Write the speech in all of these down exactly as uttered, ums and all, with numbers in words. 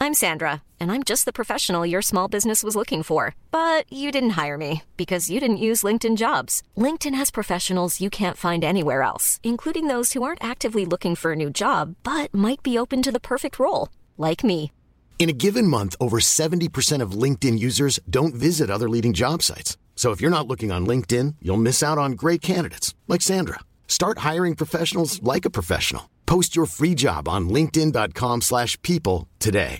I'm Sandra, and I'm just the professional your small business was looking for. But you didn't hire me because you didn't use LinkedIn Jobs. LinkedIn has professionals you can't find anywhere else, including those who aren't actively looking for a new job, but might be open to the perfect role, like me. In a given month, over seventy percent of LinkedIn users don't visit other leading job sites. So if you're not looking on LinkedIn, you'll miss out on great candidates like Sandra. Start hiring professionals like a professional. Post your free job on linkedin dot com slash people today.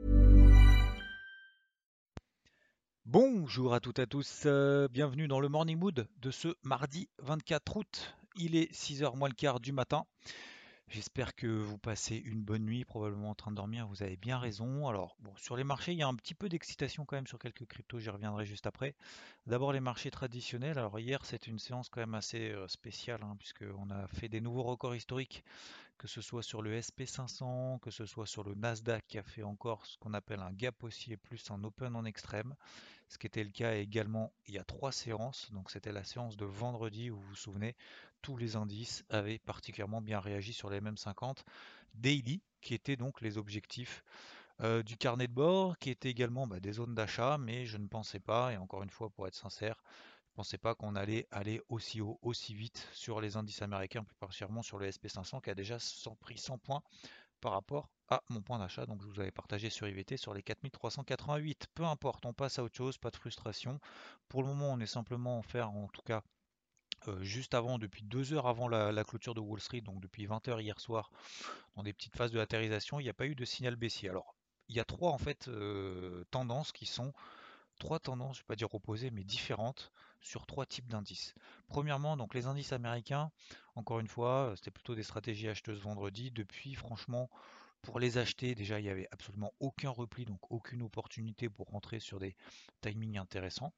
Bonjour à toutes et à tous, euh, bienvenue dans le Morning Mood de ce mardi vingt-quatre août. Il est six heures moins le quart du matin. J'espère que vous passez une bonne nuit, probablement en train de dormir, vous avez bien raison. Alors, bon, sur les marchés, il y a un petit peu d'excitation quand même sur quelques cryptos, j'y reviendrai juste après. D'abord les marchés traditionnels. Alors hier, c'est une séance quand même assez euh, spéciale, hein, puisqu'on a fait des nouveaux records historiques, que ce soit sur le S and P cinq cents, que ce soit sur le Nasdaq qui a fait encore ce qu'on appelle un gap haussier plus un open en extrême. Ce qui était le cas également il y a trois séances, donc c'était la séance de vendredi où vous vous souvenez, tous les indices avaient particulièrement bien réagi sur les M M cinquante daily, qui étaient donc les objectifs euh, du carnet de bord, qui étaient également bah, des zones d'achat, mais je ne pensais pas, et encore une fois pour être sincère, je ne pensais pas qu'on allait aller aussi haut, aussi vite sur les indices américains, plus particulièrement sur le S and P cinq cents qui a déjà pris cent points par rapport à mon point d'achat. Donc je vous avais partagé sur I V T sur les quatre mille trois cent quatre-vingt-huit. Peu importe, on passe à autre chose, pas de frustration. Pour le moment, on est simplement en faire, en tout cas euh, juste avant, depuis deux heures avant la, la clôture de Wall Street, donc depuis vingt heures hier soir, dans des petites phases de latérisation, il n'y a pas eu de signal baissier. Alors, il y a trois en fait euh, tendances qui sont trois tendances, je ne vais pas dire opposées, mais différentes sur trois types d'indices. Premièrement, donc les indices américains, encore une fois, c'était plutôt des stratégies acheteuses vendredi. Depuis, franchement, pour les acheter, déjà, il n'y avait absolument aucun repli, donc aucune opportunité pour rentrer sur des timings intéressants.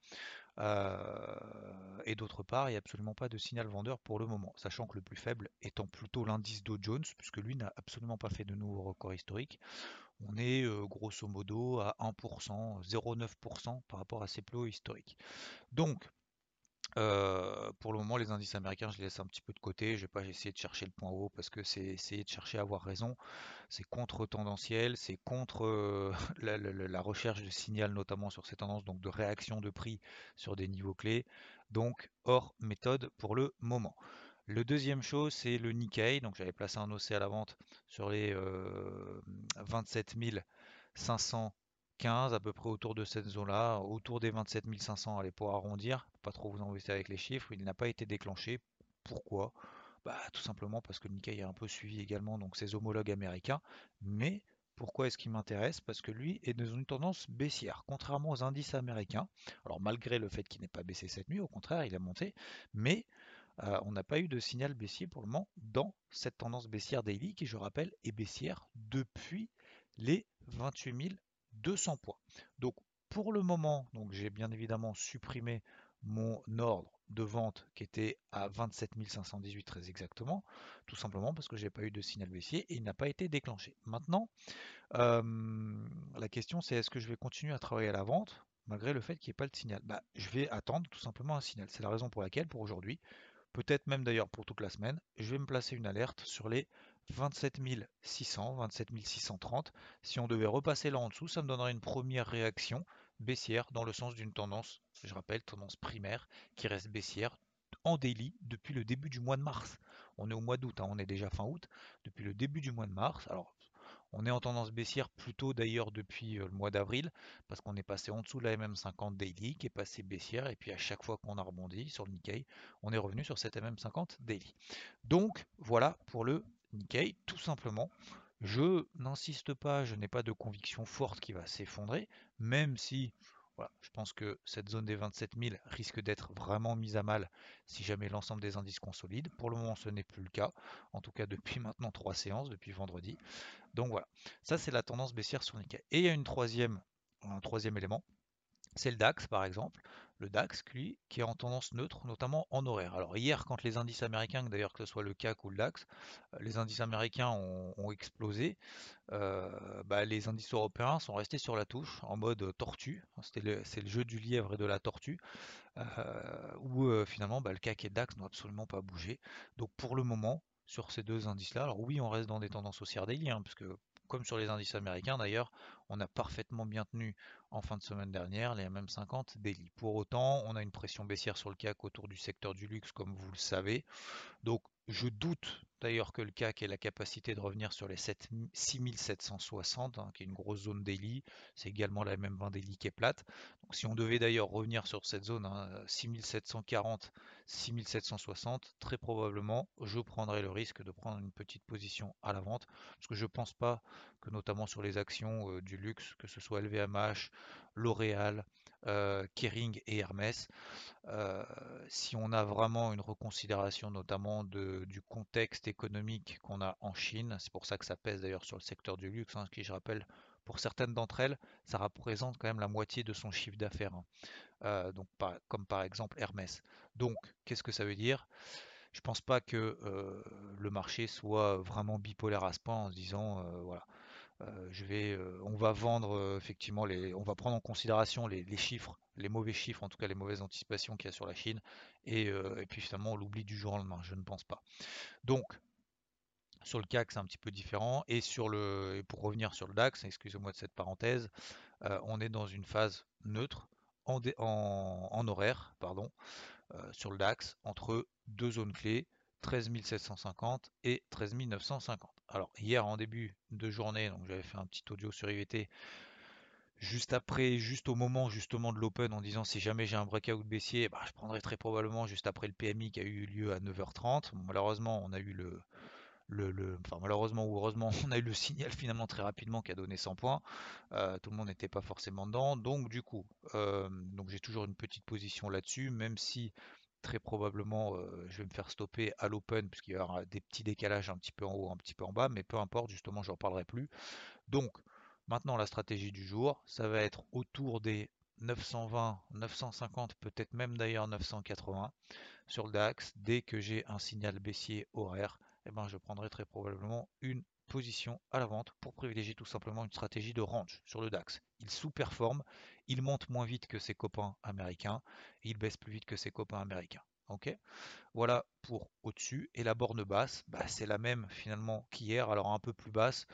Euh, et d'autre part, il n'y a absolument pas de signal vendeur pour le moment, sachant que le plus faible étant plutôt l'indice Dow Jones, puisque lui n'a absolument pas fait de nouveau record historique. On est euh, grosso modo à un pour cent, zéro virgule neuf pour cent par rapport à ses plus hauts historiques. Donc, euh, pour le moment, les indices américains, je les laisse un petit peu de côté. Je vais pas essayer de chercher le point haut parce que c'est essayer de chercher à avoir raison. C'est contre-tendanciel, c'est contre euh, la, la- la recherche de signal, notamment sur ces tendances, donc de réaction de prix sur des niveaux clés. Donc, hors méthode pour le moment. Le deuxième chose, c'est le Nikkei. Donc, j'avais placé un O C à la vente sur les euh, vingt-sept mille cinq cent quinze, à peu près autour de cette zone-là, autour des vingt-sept mille cinq cents, allez, pour arrondir, pas trop vous embêter avec les chiffres. Il n'a pas été déclenché. Pourquoi? Bah, tout simplement parce que le Nikkei a un peu suivi également donc ses homologues américains. Mais pourquoi est-ce qu'il m'intéresse? Parce que lui est dans une tendance baissière, contrairement aux indices américains. Alors malgré le fait qu'il n'ait pas baissé cette nuit, au contraire, il a monté, mais euh, on n'a pas eu de signal baissier pour le moment dans cette tendance baissière daily qui, je rappelle, est baissière depuis les vingt-huit mille deux cents points. Donc pour le moment, donc j'ai bien évidemment supprimé mon ordre de vente qui était à vingt-sept mille cinq cent dix-huit très exactement, tout simplement parce que j'ai pas eu de signal baissier et il n'a pas été déclenché. Maintenant, euh, la question c'est est-ce que je vais continuer à travailler à la vente malgré le fait qu'il n'y ait pas de signal? Bah, je vais attendre tout simplement un signal. C'est la raison pour laquelle pour aujourd'hui, peut-être même d'ailleurs pour toute la semaine, je vais me placer une alerte sur les vingt-sept mille six cents, vingt-sept mille six cent trente. Si on devait repasser là en dessous, ça me donnerait une première réaction baissière dans le sens d'une tendance, je rappelle, tendance primaire qui reste baissière en daily depuis le début du mois de mars. On est au mois d'août, hein, on est déjà fin août, depuis le début du mois de mars. Alors, on est en tendance baissière plutôt d'ailleurs depuis euh, le mois d'avril, parce qu'on est passé en dessous de la M M cinquante daily, qui est passé baissière, et puis à chaque fois qu'on a rebondi sur le Nikkei, on est revenu sur cette M M cinquante daily. Donc voilà pour le Nikkei, tout simplement. Je n'insiste pas, je n'ai pas de conviction forte qui va s'effondrer, même si voilà, je pense que cette zone des vingt-sept mille risque d'être vraiment mise à mal si jamais l'ensemble des indices consolident. Pour le moment, ce n'est plus le cas, en tout cas depuis maintenant trois séances, depuis vendredi. Donc voilà, ça c'est la tendance baissière sur Nikkei. Et il y a une troisième, un troisième élément, c'est le DAX par exemple. Le DAX, lui, qui est en tendance neutre, notamment en horaire. Alors hier, quand les indices américains, d'ailleurs que ce soit le C A C ou le DAX, euh, les indices américains ont, ont explosé, euh, bah, les indices européens sont restés sur la touche en mode tortue. C'était le, c'est le jeu du lièvre et de la tortue, euh, où euh, finalement bah, le C A C et le DAX n'ont absolument pas bougé. Donc pour le moment, sur ces deux indices-là, alors oui, on reste dans des tendances haussières daily, hein, parce que comme sur les indices américains d'ailleurs, on a parfaitement bien tenu en fin de semaine dernière les M M cinquante daily. Pour autant, on a une pression baissière sur le C A C autour du secteur du luxe, comme vous le savez. Donc je doute d'ailleurs que le C A C ait la capacité de revenir sur les six mille sept cent soixante, hein, qui est une grosse zone daily. C'est également la M M vingt daily qui est plate. Donc si on devait d'ailleurs revenir sur cette zone, hein, six mille sept cent quarante, six mille sept cent soixante, très probablement je prendrais le risque de prendre une petite position à la vente, parce que je ne pense pas que notamment sur les actions euh, du luxe, que ce soit L V M H, L'Oréal, euh, Kering et Hermès, euh, si on a vraiment une reconsidération notamment de, du contexte économique qu'on a en Chine, c'est pour ça que ça pèse d'ailleurs sur le secteur du luxe, hein, qui je rappelle, pour certaines d'entre elles, ça représente quand même la moitié de son chiffre d'affaires, hein. Euh, donc par- comme par exemple Hermès. Donc qu'est-ce que ça veut dire? Je pense pas que euh, le marché soit vraiment bipolaire à ce point en se disant euh, voilà, euh, je vais, euh, on va vendre euh, effectivement les, on va prendre en considération les, les chiffres, les mauvais chiffres, en tout cas les mauvaises anticipations qu'il y a sur la Chine, et, euh, et puis finalement on l'oublie du jour au lendemain. Je ne pense pas. Donc sur le C A C c'est un petit peu différent, et sur le, et pour revenir sur le DAX, excusez-moi de cette parenthèse, euh, on est dans une phase neutre en, dé- en, en horaire, pardon, euh, sur le DAX entre deux zones clés, treize mille sept cent cinquante et treize mille neuf cent cinquante. Alors hier en début de journée, donc j'avais fait un petit audio sur I V T juste après, juste au moment justement de l'open en disant si jamais j'ai un breakout baissier, bah, je prendrai très probablement juste après le P M I qui a eu lieu à neuf heures trente. Bon, malheureusement, on a eu le, le, le- enfin malheureusement ou heureusement, on a eu le signal finalement très rapidement qui a donné cent points. Euh, tout le monde n'était pas forcément dedans. Donc du coup, euh, donc j'ai toujours une petite position là-dessus, même si très probablement euh, je vais me faire stopper à l'open puisqu'il y aura des petits décalages un petit peu en haut, un petit peu en bas, mais peu importe, justement, j'en parlerai plus. Donc maintenant la stratégie du jour, ça va être autour des neuf cent vingt, neuf cent cinquante, peut-être même d'ailleurs neuf cent quatre-vingts sur le DAX. Dès que j'ai un signal baissier horaire, eh ben, je prendrai très probablement une position à la vente pour privilégier tout simplement une stratégie de range sur le DAX. Il sous-performe, il monte moins vite que ses copains américains et il baisse plus vite que ses copains américains. Ok, voilà pour au-dessus. Et la borne basse, bah, c'est la même finalement qu'hier, alors un peu plus basse.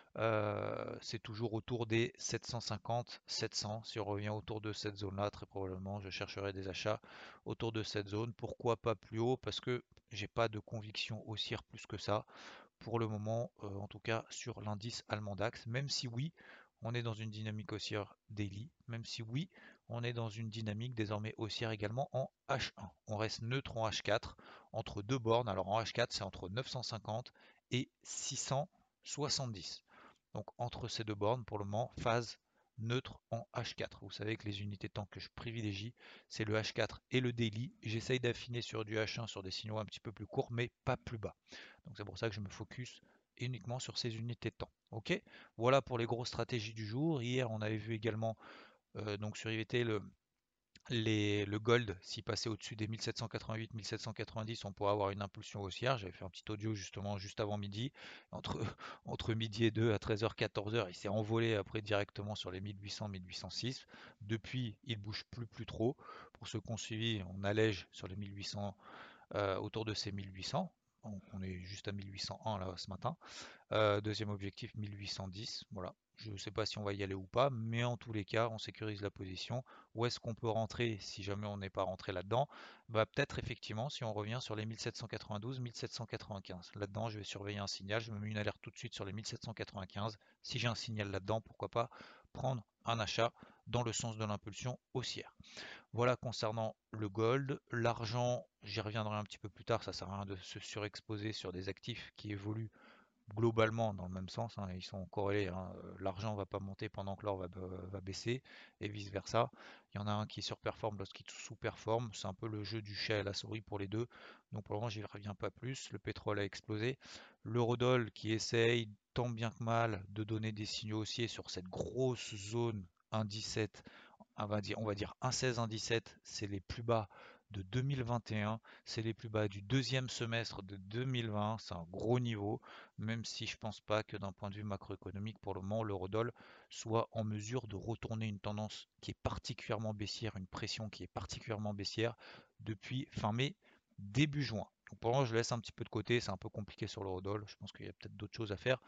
Euh, c'est toujours autour des sept cent cinquante, sept cents. Si on revient autour de cette zone-là, très probablement, je chercherai des achats autour de cette zone. Pourquoi pas plus haut? Parce que j'ai pas de conviction haussière plus que ça pour le moment, euh, en tout cas sur l'indice allemand DAX. Même si oui, on est dans une dynamique haussière daily. Même si oui, on est dans une dynamique désormais haussière également en H un. On reste neutre en H quatre entre deux bornes. Alors en H quatre, c'est entre neuf cent cinquante et six cent soixante-dix. Donc entre ces deux bornes, pour le moment, phase neutre en H quatre. Vous savez que les unités de temps que je privilégie, c'est le H quatre et le daily. J'essaye d'affiner sur du H un sur des signaux un petit peu plus courts, mais pas plus bas. Donc c'est pour ça que je me focus uniquement sur ces unités de temps. Ok, voilà pour les grosses stratégies du jour. Hier, on avait vu également euh, donc sur I V T le, les, le gold, s'il passait au-dessus des mille sept cent quatre-vingt-huit, mille sept cent quatre-vingt-dix, on pourrait avoir une impulsion haussière. J'avais fait un petit audio justement juste avant midi. Entre, entre midi et deux à treize heures, quatorze heures, il s'est envolé après directement sur les mille huit cents, mille huit cent six. Depuis, il bouge plus plus trop. Pour ceux qui ont suivi, on allège sur les mille huit cents, euh, autour de ces mille huit cents. Donc on est juste à mille huit cent un là ce matin. Euh, deuxième objectif mille huit cent dix. Voilà. Je ne sais pas si on va y aller ou pas, mais en tous les cas, on sécurise la position. Où est-ce qu'on peut rentrer si jamais on n'est pas rentré là-dedans? Bah, peut-être effectivement si on revient sur les mille sept cent quatre-vingt-douze, mille sept cent quatre-vingt-quinze. Là-dedans, je vais surveiller un signal. Je me mets une alerte tout de suite sur les mille sept cent quatre-vingt-quinze. Si j'ai un signal là-dedans, pourquoi pas prendre un achat dans le sens de l'impulsion haussière. Voilà concernant le gold. L'argent, j'y reviendrai un petit peu plus tard. Ça sert à rien de se surexposer sur des actifs qui évoluent globalement dans le même sens, hein, ils sont corrélés, hein. L'argent va pas monter pendant que l'or va, va baisser et vice versa. Il y en a un qui surperforme, l'autre qui sous-performe. C'est un peu le jeu du chat et la souris pour les deux. Donc pour le moment, j'y reviens pas plus. Le pétrole a explosé. L'eurodoll qui essaye tant bien que mal de donner des signaux haussiers sur cette grosse zone un virgule dix-sept, on va dire, on va dire un virgule seize, un virgule dix-sept, c'est les plus bas de deux mille vingt et un, c'est les plus bas du deuxième semestre de deux mille vingt, c'est un gros niveau, même si je ne pense pas que d'un point de vue macroéconomique, pour le moment, l'eurodoll soit en mesure de retourner une tendance qui est particulièrement baissière, une pression qui est particulièrement baissière depuis fin mai, début juin. Donc pour moi, je laisse un petit peu de côté, c'est un peu compliqué sur l'eurodoll, je pense qu'il y a peut-être d'autres choses à faire.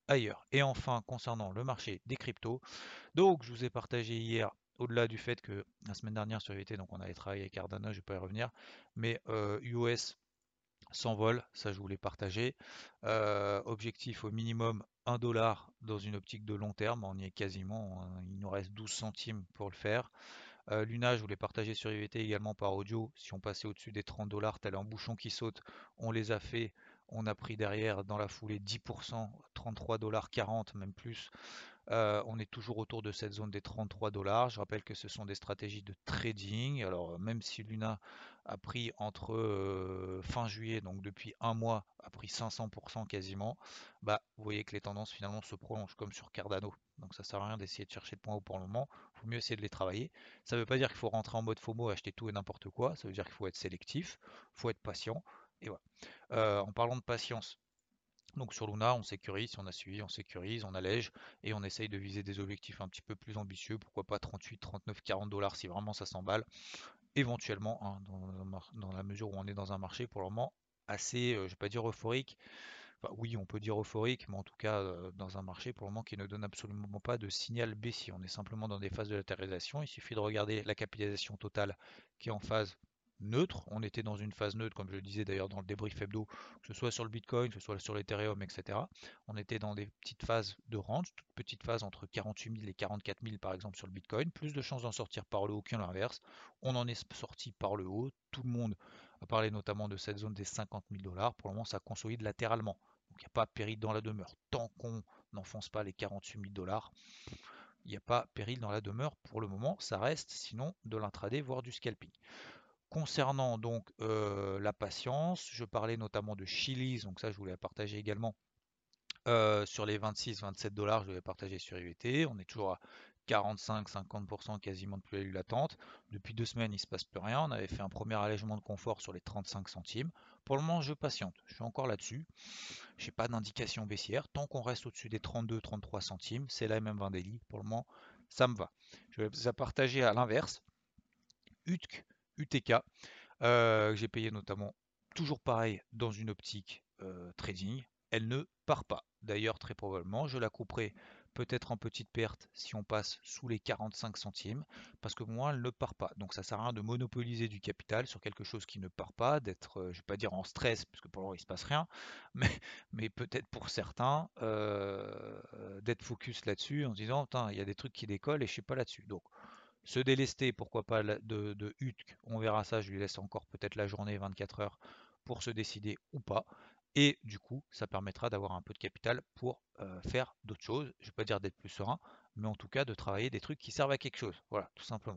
ailleurs. Et enfin, concernant le marché des cryptos, donc je vous ai partagé hier, au-delà du fait que la semaine dernière sur U S D T, donc on avait travaillé avec Cardano, je ne vais pas y revenir, mais euh, U S s'envole, ça je voulais partager. Euh, objectif au minimum un dollar dans une optique de long terme, on y est quasiment, hein, il nous reste douze centimes pour le faire. Euh, Luna, je voulais partager sur I V T également par audio. Si on passait au-dessus des trente dollars, tel un bouchon qui saute, on les a fait. On a pris derrière dans la foulée dix pour cent, trente-trois dollars quarante, même plus. Euh, on est toujours autour de cette zone des trente-trois dollars. Je rappelle que ce sont des stratégies de trading. Alors même si Luna a pris entre euh, fin juillet, donc depuis un mois, a pris cinq cents pour cent quasiment, bah, vous voyez que les tendances finalement se prolongent comme sur Cardano. Donc ça sert à rien d'essayer de chercher de points hauts pour le moment. Il faut mieux essayer de les travailler. Ça ne veut pas dire qu'il faut rentrer en mode FOMO, acheter tout et n'importe quoi. Ça veut dire qu'il faut être sélectif, il faut être patient. Et voilà. Euh, en parlant de patience, donc sur Luna, on sécurise, si on a suivi, on sécurise, on allège et on essaye de viser des objectifs un petit peu plus ambitieux, pourquoi pas trente-huit, trente-neuf, quarante dollars si vraiment ça s'emballe, éventuellement, hein, dans, dans, la mesure où on est dans un marché pour le moment assez, euh, je ne vais pas dire euphorique, enfin oui on peut dire euphorique, mais en tout cas euh, dans un marché pour le moment qui ne donne absolument pas de signal baissier, on est simplement dans des phases de latérisation, il suffit de regarder la capitalisation totale qui est en phase neutre. On était dans une phase neutre, comme je le disais d'ailleurs dans le débrief hebdo, que ce soit sur le Bitcoin, que ce soit sur l'Ethereum, et cetera. On était dans des petites phases de range, toutes petites phases entre quarante-huit mille et quarante-quatre mille par exemple sur le Bitcoin, plus de chances d'en sortir par le haut qu'à l'inverse. On en est sorti par le haut, tout le monde a parlé notamment de cette zone des cinquante mille dollars. Pour le moment, ça consolide latéralement. Donc il n'y a pas péril dans la demeure. Tant qu'on n'enfonce pas les quarante-huit mille dollars, il n'y a pas péril dans la demeure pour le moment. Ça reste sinon de l'intraday, voire du scalping. Concernant donc euh, la patience, je parlais notamment de Chili's, donc ça je voulais la partager également euh, sur les vingt-six vingt-sept dollars, je vais partager sur I V T. On est toujours à quarante-cinq cinquante pour cent quasiment de plus-value latente. Depuis deux semaines, il ne se passe plus rien. On avait fait un premier allègement de confort sur les trente-cinq centimes. Pour le moment, je patiente. Je suis encore là-dessus. Je n'ai pas d'indication baissière. Tant qu'on reste au-dessus des trente-deux trente-trois centimes, c'est la M M vingt Daily. Pour le moment, ça me va. Je vais vous partager à l'inverse. U T C. U T K, euh, j'ai payé notamment toujours pareil dans une optique euh, trading, elle ne part pas. D'ailleurs, très probablement, je la couperai peut-être en petite perte si on passe sous les quarante-cinq centimes, parce que moi, elle ne part pas. Donc ça sert à rien de monopoliser du capital sur quelque chose qui ne part pas, d'être, euh, je vais pas dire en stress, parce que pour l'instant il se passe rien, mais, mais peut-être pour certains, euh, d'être focus là-dessus en se disant, il y a des trucs qui décollent et je suis pas là-dessus. Donc se délester, pourquoi pas, de, de U T C, on verra ça, je lui laisse encore peut-être la journée, vingt-quatre heures, pour se décider ou pas. Et du coup, ça permettra d'avoir un peu de capital pour euh, faire d'autres choses. Je ne vais pas dire d'être plus serein, mais en tout cas de travailler des trucs qui servent à quelque chose. Voilà, tout simplement.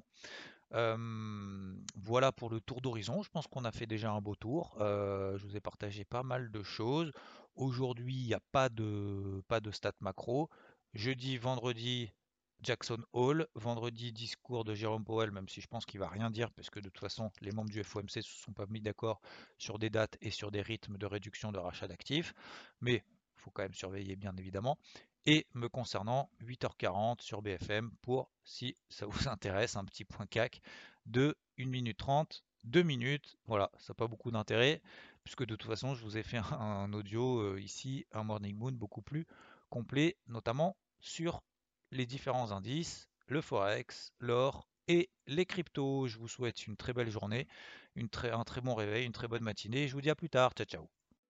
Euh, voilà pour le tour d'horizon. Je pense qu'on a fait déjà un beau tour. Euh, je vous ai partagé pas mal de choses. Aujourd'hui, il n'y a pas de, pas de stats macro. Jeudi, vendredi, Jackson Hole. Vendredi, discours de Jérôme Powell, même si je pense qu'il ne va rien dire, parce que de toute façon, les membres du F O M C ne se sont pas mis d'accord sur des dates et sur des rythmes de réduction de rachat d'actifs. Mais il faut quand même surveiller, bien évidemment. Et me concernant, huit heures quarante sur B F M pour, si ça vous intéresse, un petit point C A C de une minute trente, deux minutes. Voilà, ça n'a pas beaucoup d'intérêt, puisque de toute façon, je vous ai fait un, un audio euh, ici, un Morning Moon beaucoup plus complet, notamment sur les différents indices, le Forex, l'or et les cryptos. Je vous souhaite une très belle journée, une très, un très bon réveil, une très bonne matinée. Je vous dis à plus tard. Ciao, ciao.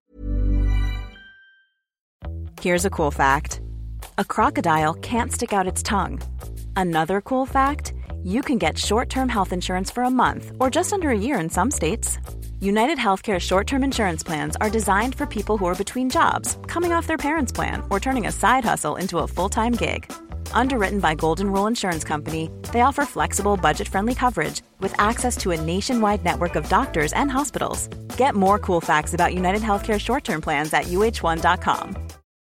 Here's a cool fact. A crocodile can't stick out its tongue. Another cool fact, you can get short-term health insurance for a month or just under a year in some states. United Healthcare short-term insurance plans are designed for people who are between jobs, coming off their parents' plan, or turning a side hustle into a full-time gig. Underwritten by Golden Rule Insurance Company, they offer flexible, budget-friendly coverage with access to a nationwide network of doctors and hospitals. Get more cool facts about United Healthcare short-term plans at U H one dot com.